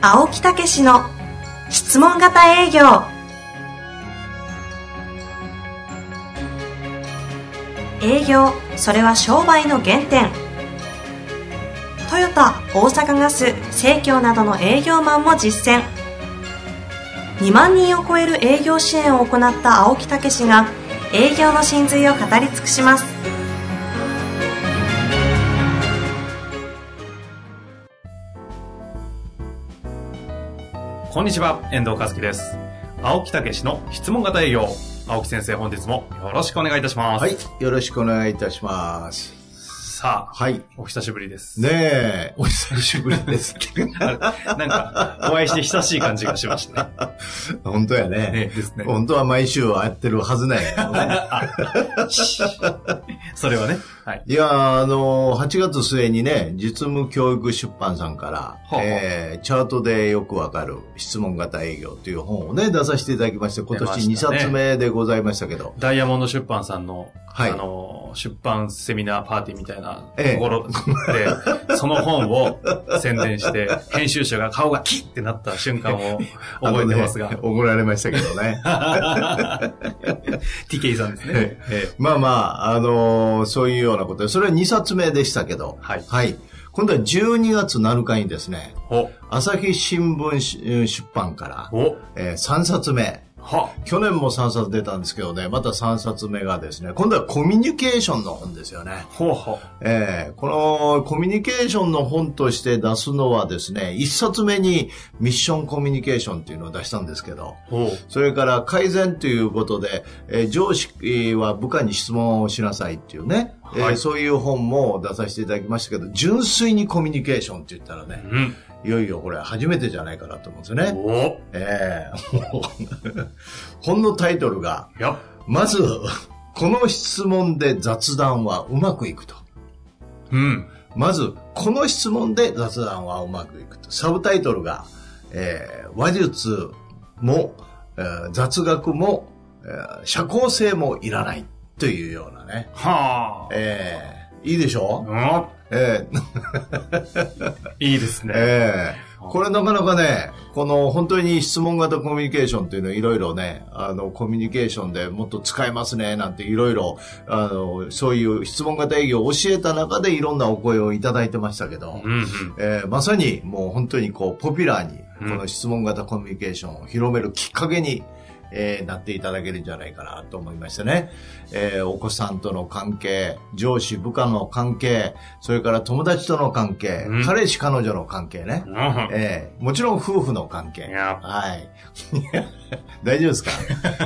青木武の質問型営業。営業、それは商売の原点。トヨタ、大阪ガス、生協などの営業マンも実践。2万人を超える営業支援を行った青木武が営業の真髄を語り尽くします。 こんにちは、遠藤和樹です。青木武の質問型営業。青木先生、本日もよろしくお願いいたします。 はい、よろしくお願いいたします。 さあ、 はい、 お久しぶりです。 ねえ、お久しぶりですなんかお会いして久しい感じがしましたね。 本当やね。 ですね。 本当は毎週会ってるはずなんやけどね。 それはね。はい。 いや、8月末にね、実務教育出版さんから、チャートでよくわかる質問型営業という本をね、出させていただきまして、今年2冊目でございましたけど。 ダイヤモンド出版さんの、 はい、 出版セミナーパーティーみたいなところで、その本を宣伝して、編集者が顔がキッってなった瞬間を覚えてますが。 怒られましたけどね。 TK さんですね。 まあまあ、そういうようなことで、それは2冊目でしたけど、 はい。 はい。今度は12月7日にですね、朝日新聞出版から、3冊目。去年も3冊出たんですけどね、また3冊目がですね、今度はコミュニケーションの本ですよね。このコミュニケーションの本として出すのはですね、1冊目にミッションコミュニケーションっていうのを出したんですけど、それから改善ということで、上司は部下に質問をしなさいっていうね、そういう本も出させていただきましたけど、純粋にコミュニケーションって言ったらね、いよいよこれ初めてじゃないかなと思うんですよね。本のタイトルが、まず、この質問で雑談はうまくいくと。まず、この質問で雑談はうまくいくと。サブタイトルが、話術も、雑学も、社交性もいらないというようなね。いいでしょ？ いいですね。 これなかなかね、この本当に質問型コミュニケーションっていうのはいろいろね、コミュニケーションでもっと使えますね、なんていろいろ、そういう質問型営業を教えた中でいろんなお声をいただいてましたけど、まさにもう本当にこう、ポピュラーに、この質問型コミュニケーションを広めるきっかけに、なっていただけるんじゃないかなと思いましてね。お子さんとの関係、上司部下の関係、それから友達との関係、彼氏彼女の関係ね。もちろん夫婦の関係。はい。大丈夫ですか？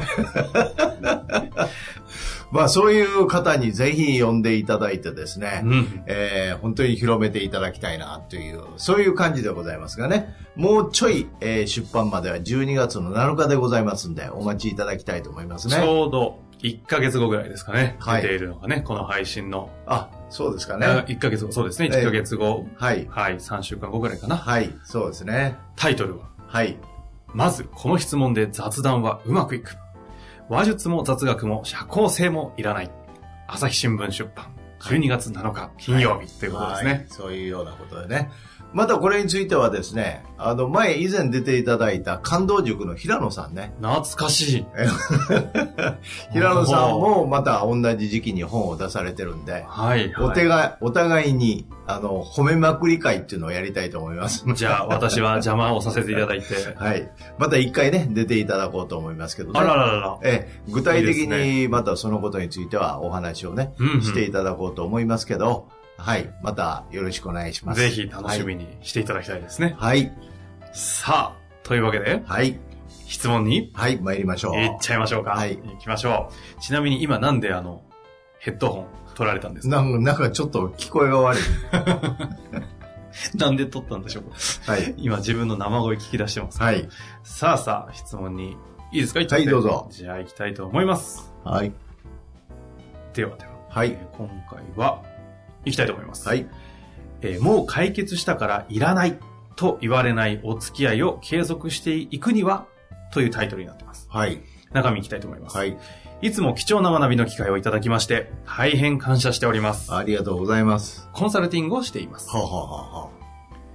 まあそういう方にぜひ呼んでいただいてですね、本当に広めていただきたいなという、そういう感じでございますがね。もうちょい、出版までは12月の7日でございますんで、お待ちいただきたいと思いますね。 ちょうど1ヶ月後ぐらいですかね。出ているのがね、この配信の。 そうですかね。 1ヶ月後、そうですね。1ヶ月後。 はい。 3週間後ぐらいかな。 はい、そうですね。 タイトルは。まず、この質問で雑談はうまくいく。話術も雑学も社交性もいらない。朝日新聞出版。12月7日金曜日ということですね。 そういうようなことでね。またこれについてはですね、以前出ていただいた感動塾の平野さんね。 懐かしい。 平野さんもまた同じ時期に本を出されてるんで、お互いに、褒めまくり会っていうのをやりたいと思います。 じゃあ、私は邪魔をさせていただいて。 また一回ね、出ていただこうと思いますけどね。具体的にまたそのことについてはお話をね、していただこうと思いますけど、またよろしくお願いします。 ぜひ楽しみにしていただきたいですね。さあ、というわけで、質問に、 参りましょう。 いっちゃいましょうか。行きましょう。ちなみに今なんでヘッドホン取られたんですか？ なんかちょっと聞こえが悪い。 なんで取ったんでしょうか？今自分の生声聞き出してます。さあ、質問に、いいですか？ どうぞ。 じゃあ行きたいと思います。では、今回は、行きたいと思います。もう解決したからいらないと言われないお付き合いを継続していくにはというタイトルになっています。中身行きたいと思います。いつも貴重な学びの機会をいただきまして、大変感謝しております。 ありがとうございます。 コンサルティングをしています。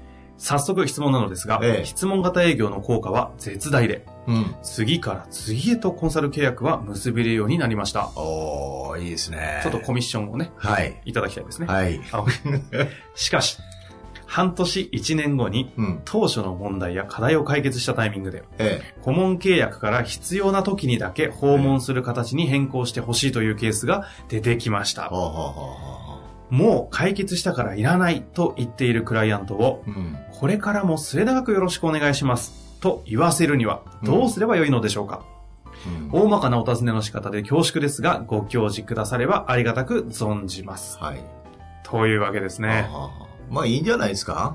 早速質問なのですが、質問型営業の効果は絶大で、次から次へとコンサル契約は結べるようになりました。 おー、いいですね。 ちょっとコミッションをね、いただきたいですね。 はい。 しかし、半年1年後に、当初の問題や課題を解決したタイミングで、顧問契約から必要な時にだけ訪問する形に変更してほしいというケースが出てきました。もう解決したからいらないと言っているクライアントを、これからも末永くよろしくお願いしますと言わせるにはどうすればよいのでしょうか。大まかなお尋ねの仕方で恐縮ですが、ご教示くださればありがたく存じます。 はい。 というわけですね。 まあいいんじゃないですか？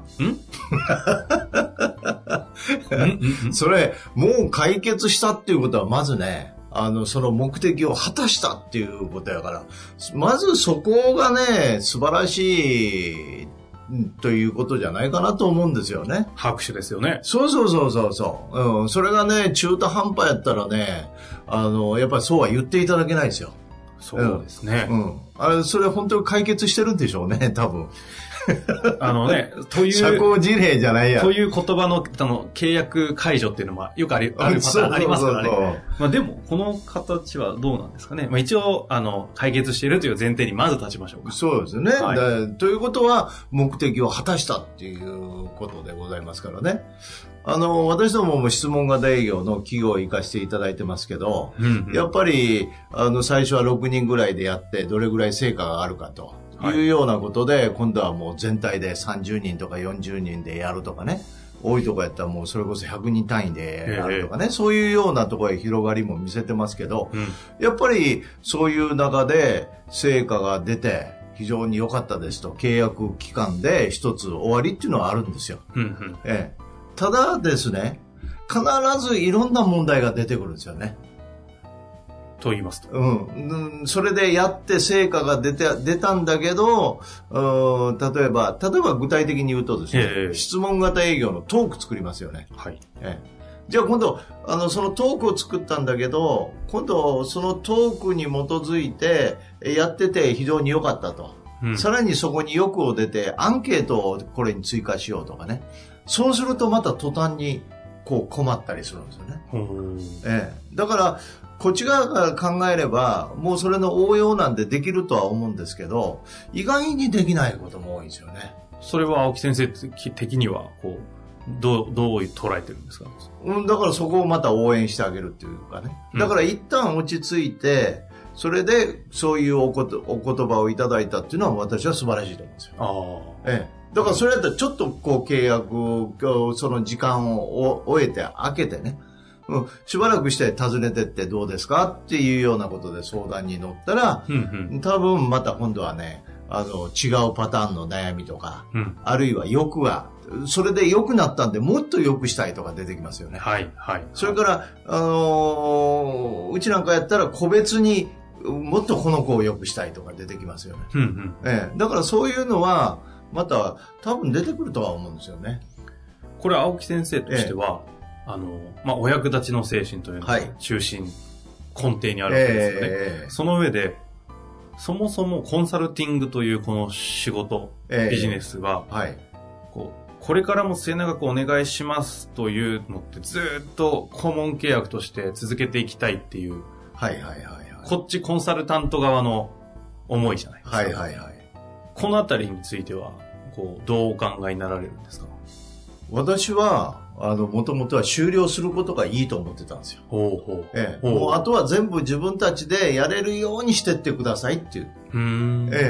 それ、もう解決したっていうことはまずね、その目的を果たしたっていうことやから、まずそこがね、素晴らしいということじゃないかなと思うんですよね。 拍手ですよね。 そう。それがね、中途半端やったらね、やっぱりそうは言っていただけないですよ。 そうですね。 それ本当に解決してるんでしょうね、多分。 という。 社交辞令じゃないや。 という言葉の、契約解除っていうのはよくあるパターンありますからね。まあでも、この形はどうなんですかね。まあ一応、解決しているという前提にまず立ちましょうか。 そうですね。ということは、目的を果たしたっていうことでございますからね。私どもも質問型営業の企業を活かしていただいてますけど、やっぱり、最初は6人ぐらいでやって、どれぐらい成果があるかと。いうようなことで、今度はもう全体で30人とか40人でやるとかね。多いとこやったらもうそれこそ100人単位でやるとかね。そういうようなところへ広がりも見せてますけど、やっぱりそういう中で成果が出て非常に良かったですと、契約期間で一つ終わりっていうのはあるんですよ。ただですね、必ずいろんな問題が出てくるんですよね。 と言いますと。 それでやって成果が出たんだけど、例えば具体的に言うとですね、質問型営業のトーク作りますよね。 はい。 じゃあ今度、そのトークを作ったんだけど、今度そのトークに基づいてやってて非常に良かったと。さらにそこに欲を出てアンケートをこれに追加しようとかね。そうするとまた途端にこう困ったりするんですよね。だから、こっち側から考えれば、もうそれの応用なんでできるとは思うんですけど、意外にできないことも多いんですよね。 それは青木先生的には、どう捉えてるんですか？ だからそこをまた応援してあげるっていうかね。だから一旦落ち着いて、それでそういうお言葉をいただいたっていうのは私は素晴らしいと思うんですよ。だからそれだったらちょっと契約、その時間を終えて開けてね、しばらくして訪ねてってどうですかっていうようなことで相談に乗ったら、多分また今度はね、違うパターンの悩みとか、あるいは欲が、それで良くなったんでもっと良くしたいとか出てきますよね。それから、うちなんかやったら個別にもっとこの子を良くしたいとか出てきますよね。だからそういうのは、また多分出てくるとは思うんですよね。 これ青木先生としては、お役立ちの精神というのが中心、根底にあるわけですよね。その上で、そもそもコンサルティングというこの仕事、ビジネスが、これからも末永くお願いしますというのってずっと顧問契約として続けていきたいっていう、こっちコンサルタント側の思いじゃないですか。このあたりについては、どうお考えになられるんですか？ 私は、もともとは終了することがいいと思ってたんですよ。もうあとは全部自分たちでやれるようにしてってくださいっていう。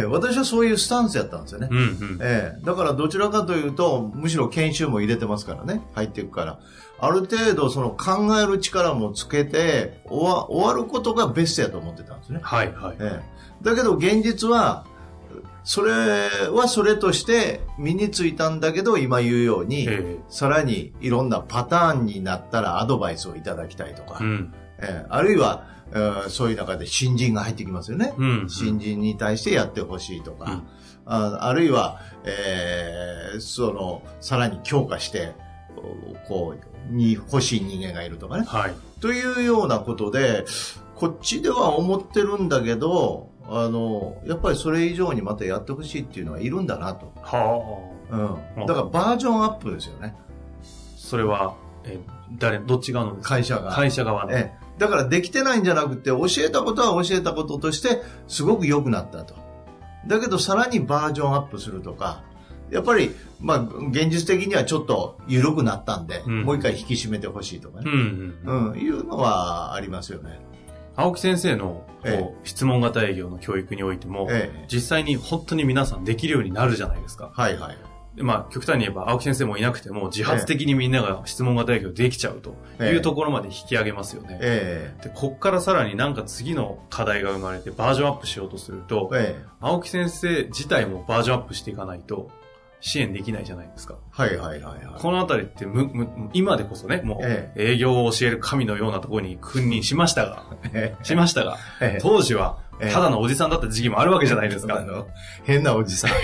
私はそういうスタンスやったんですよね。だからどちらかというと、むしろ研修も入れてますからね、入っていくから。ある程度その考える力もつけて終わることがベストやと思ってたんですね。だけど現実は、それはそれとして身についたんだけど、今言うように、さらにいろんなパターンになったらアドバイスをいただきたいとか、あるいは、そういう中で新人が入ってきますよね。新人に対してやってほしいとか、あるいは、さらに強化して、に欲しい人間がいるとかね。というようなことで、こっちでは思ってるんだけど、やっぱりそれ以上にまたやってほしいっていうのはいるんだなと。 うん。だからバージョンアップですよね。 それは、どっち側のですか？会社側の。 だからできてないんじゃなくて、教えたことは教えたこととしてすごく良くなったと。だけどさらにバージョンアップするとか、やっぱり、まあ、現実的にはちょっと緩くなったんで、もう一回引き締めてほしいとかね、いうのはありますよね。 青木先生の質問型営業の教育においても、実際に本当に皆さんできるようになるじゃないですか。はいはい。まあ、極端に言えば青木先生もいなくても自発的にみんなが質問型営業できちゃうというところまで引き上げますよね。で、こっからさらになんか次の課題が生まれてバージョンアップしようとすると、青木先生自体もバージョンアップしていかないと支援できないじゃないですか。はいはいはい、はい。このあたりって今でこそね、もう営業を教える神のようなところに君臨しましたが、当時はただのおじさんだった時期もあるわけじゃないですか。 変なおじさん。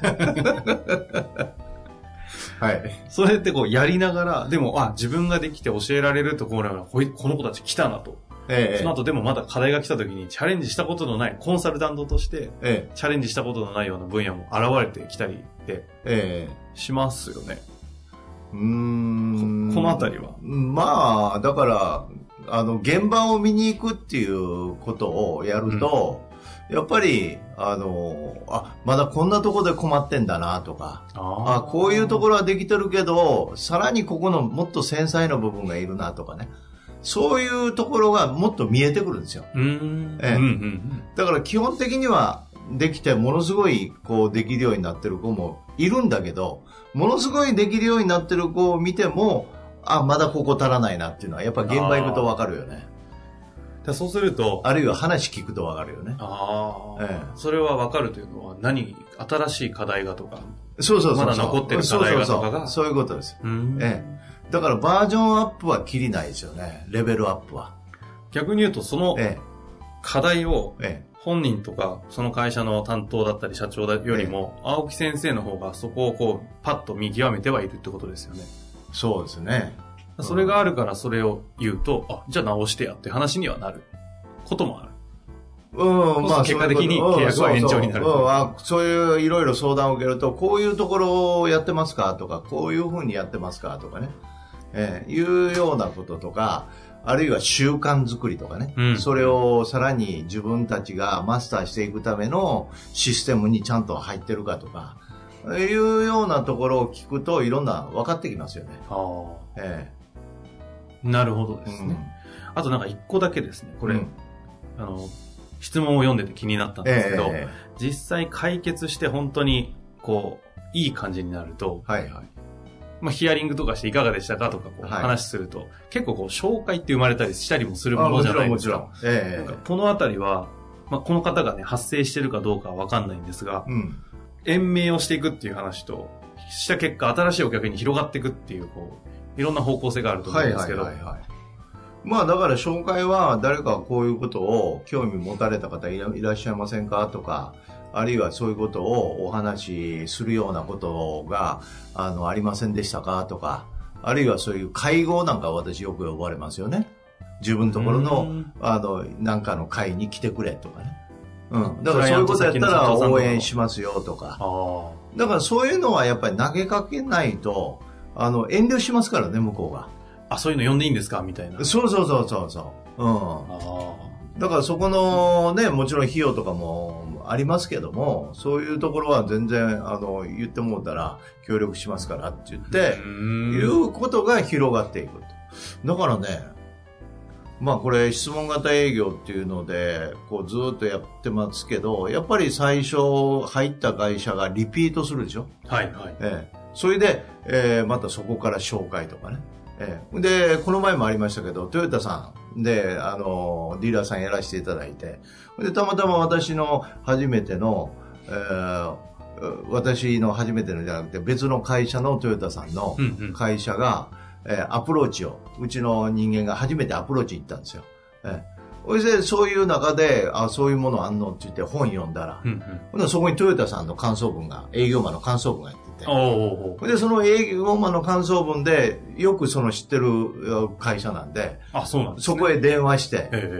はい。それってこうやりながら、でも、自分ができて教えられるところにこの子たち来たなと。その後でもまだ課題が来た時にチャレンジしたことのないコンサルタントとして、チャレンジしたことのないような分野も現れてきたりってしますよね。このあたりは。 まあ、だから、現場を見に行くっていうことをやると、やっぱり、まだこんなところで困ってんだなとか、こういうところはできてるけど、さらにここのもっと繊細な部分がいるなとかね。そういうところがもっと見えてくるんですよ。だから基本的にはできてものすごいこうできるようになってる子もいるんだけど、ものすごいできるようになってる子を見ても、まだここ足らないなっていうのはやっぱ現場行くと分かるよね。 そうすると、 あるいは話聞くと分かるよね。 それは分かるというのは新しい課題がとか、 そうまだ残ってる課題がとかが、 そういうことです。だからバージョンアップはきりないですよね。レベルアップは。 逆に言うとその課題を本人とかその会社の担当だったり社長よりも青木先生の方がそこをこうパッと見極めてはいるってことですよね。 そうですね。 それがあるからそれを言うと、じゃあ直してやって話にはなることもある。まあ結果的に契約は延長になる。 そういういろいろ相談を受けると、こういうところをやってますかとか、こういうふうにやってますかとかね。いうようなこととか、あるいは習慣作りとかね、それをさらに自分たちがマスターしていくためのシステムにちゃんと入ってるかとか、いうようなところを聞くといろんな分かってきますよね。 なるほどですね。あとなんか一個だけですね、これ、質問を読んでて気になったんですけど、実際解決して本当にこういい感じになると、ヒアリングとかしていかがでしたかとかこう話すると、結構こう紹介って生まれたりしたりもするものじゃないですか。このあたりは、この方がね発生してるかどうかは分かんないんですが、延命をしていくっていう話とした結果新しいお客に広がっていくっていうこういろんな方向性があると思うんですけど、 まあだから紹介は誰かこういうことを興味持たれた方いらっしゃいませんかとか、あるいはそういうことをお話しするようなことがありませんでしたかとか、あるいはそういう会合なんか私よく呼ばれますよね。自分のところのなんかの会に来てくれとかね。だからそういうことやったら応援しますよとか。だからそういうのはやっぱり投げかけないと遠慮しますからね、向こうが。 そういうの呼んでいいんですかみたいな。 そう。だからそこのね、もちろん費用とかもありますけども、そういうところは全然言ってもうたら協力しますからって言っていうことが広がっていくと。だからね、まあこれ質問型営業っていうのでこうずっとやってますけど、やっぱり最初入った会社がリピートするでしょ。それで、またそこから紹介とかね。でこの前もありましたけど、トヨタさんでディーラーさんやらせていただいて、でたまたま私の初めての、私の初めてのじゃなくて別の会社のトヨタさんの会社が、アプローチをうちの人間が初めてアプローチ行ったんですよ。そういう中でそういうものあんのって言って本読んだら、そこにトヨタさんの感想文が営業マンの感想文が入ってて。で、その営業マンの感想文で、よくその知ってる会社なんで、 そうなんですね。 そこへ電話して、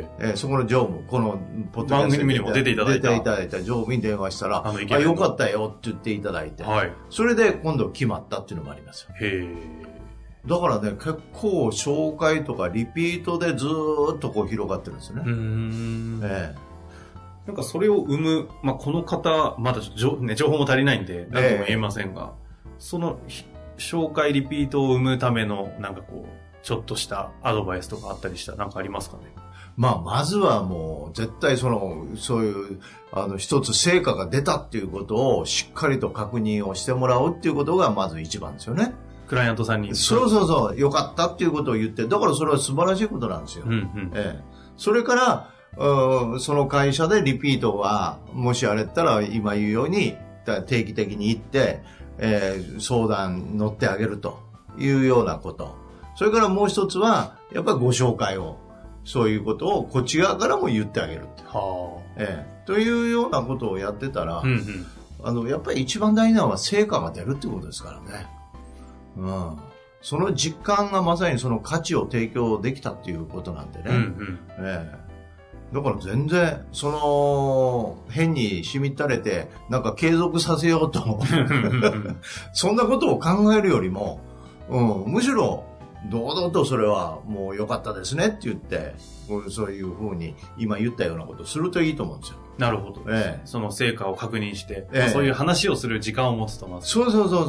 そこの常務、このポッドキャスト番組にも出ていただいた常務に電話したら、よかったよって言っていただいて、それで今度決まったっていうのもありますよ。だからね、結構紹介とかリピートでずーっとこう広がってるんですよね。 なんかそれを生む、この方、まだ情報も足りないんで、何とも言えませんが、その紹介リピートを生むための、なんかこう、ちょっとしたアドバイスとかあったりしたらなんかありますかね？ まずはもう、絶対そういう、一つ成果が出たっていうことをしっかりと確認をしてもらうっていうことがまず一番ですよね。 クライアントさんに。 そう、よかったっていうことを言って、だからそれは素晴らしいことなんですよ。それから、その会社でリピートは、もしあれったら今言うように、定期的に行って、相談乗ってあげるというようなこと。それからもう一つは、やっぱりご紹介を、そういうことをこっち側からも言ってあげるって。というようなことをやってたら、やっぱり一番大事なのは成果が出るってことですからね。その実感がまさにその価値を提供できたっていうことなんでね。だから全然、変にしみったれて、なんか継続させようと、そんなことを考えるよりも、むしろ、堂々とそれはもう良かったですねって言って、そういうふうに今言ったようなことをするといいと思うんですよ。 なるほど。その成果を確認して、そういう話をする時間を持つとまず。 そう。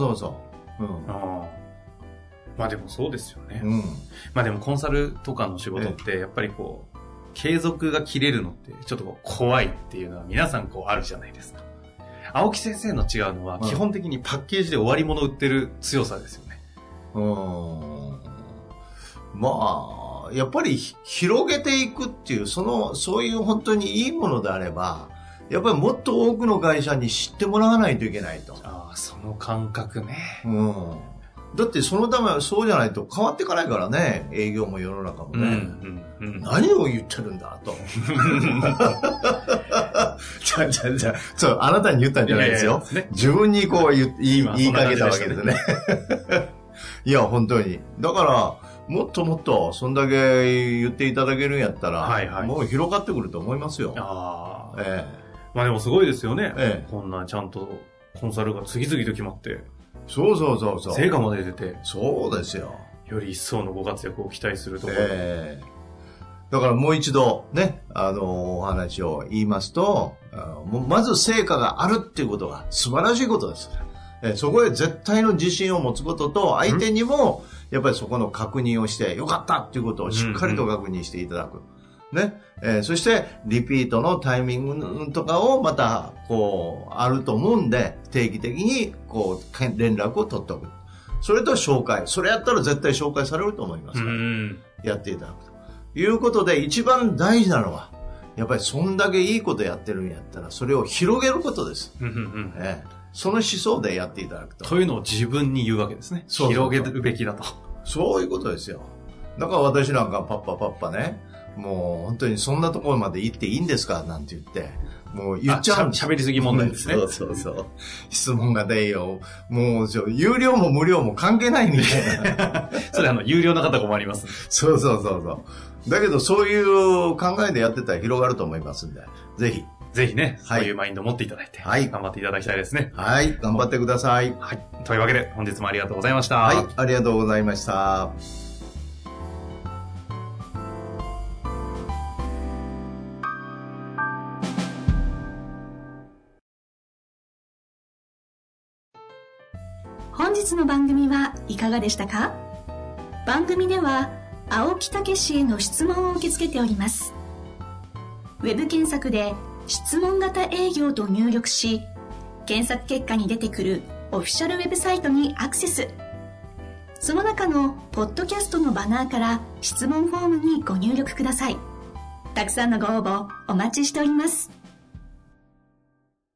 でもそうですよね。でもコンサルとかの仕事って、やっぱりこう、継続が切れるのってちょっとこう怖いっていうのは皆さんこうあるじゃないですか。青木先生の違うのは、基本的にパッケージで終わり物売ってる強さですよね。 やっぱり広げていくっていう、そういう本当にいいものであれば、やっぱりもっと多くの会社に知ってもらわないといけないと。 その感覚ね。 だってそのためはそうじゃないと変わっていかないからね、営業も世の中もね。何を言ってるんだと。あなたに言ったんじゃないですよ。自分にこう言いかけたわけですね。いや、本当に。だから、もっともっと、そんだけ言っていただけるんやったら、もう広がってくると思いますよ。 でもすごいですよね。こんなちゃんとコンサルが次々と決まって。 そう。 成果も出てて。 そうですよ。 より一層のご活躍を期待するところ。 だからもう一度ね、お話を言いますと、まず成果があるっていうことが素晴らしいことです。そこへ絶対の自信を持つことと、相手にもやっぱりそこの確認をして、よかったっていうことをしっかりと確認していただく。そしてリピートのタイミングとかをまたこうあると思うんで、定期的にこう連絡を取っておく。それと紹介、それやったら絶対紹介されると思いますから、やっていただくということで、一番大事なのはやっぱりそんだけいいことやってるんやったらそれを広げることです。その思想でやっていただくというのを自分に言うわけですね。広げるべきだと。 そういうことですよ。だから私なんかパッパね、もう本当にそんなところまで行っていいんですかなんて言って、もう言っちゃう。 喋りすぎ問題ですね。 そう。質問が出よ。もう、有料も無料も関係ないみたいな。 それ有料な方もあります、ね。 そう。だけどそういう考えでやってたら広がると思いますんで、 ぜひね、そういうマインドを持っていただいて、頑張っていただきたいですね。 頑張ってください。 というわけで、本日もありがとうございました。 ありがとうございました。 本日の番組はいかがでしたか？番組では青木武氏への質問を受け付けております。ウェブ検索で質問型営業と入力し、検索結果に出てくるオフィシャルウェブサイトにアクセス。その中のポッドキャストのバナーから質問フォームにご入力ください。たくさんのご応募お待ちしております。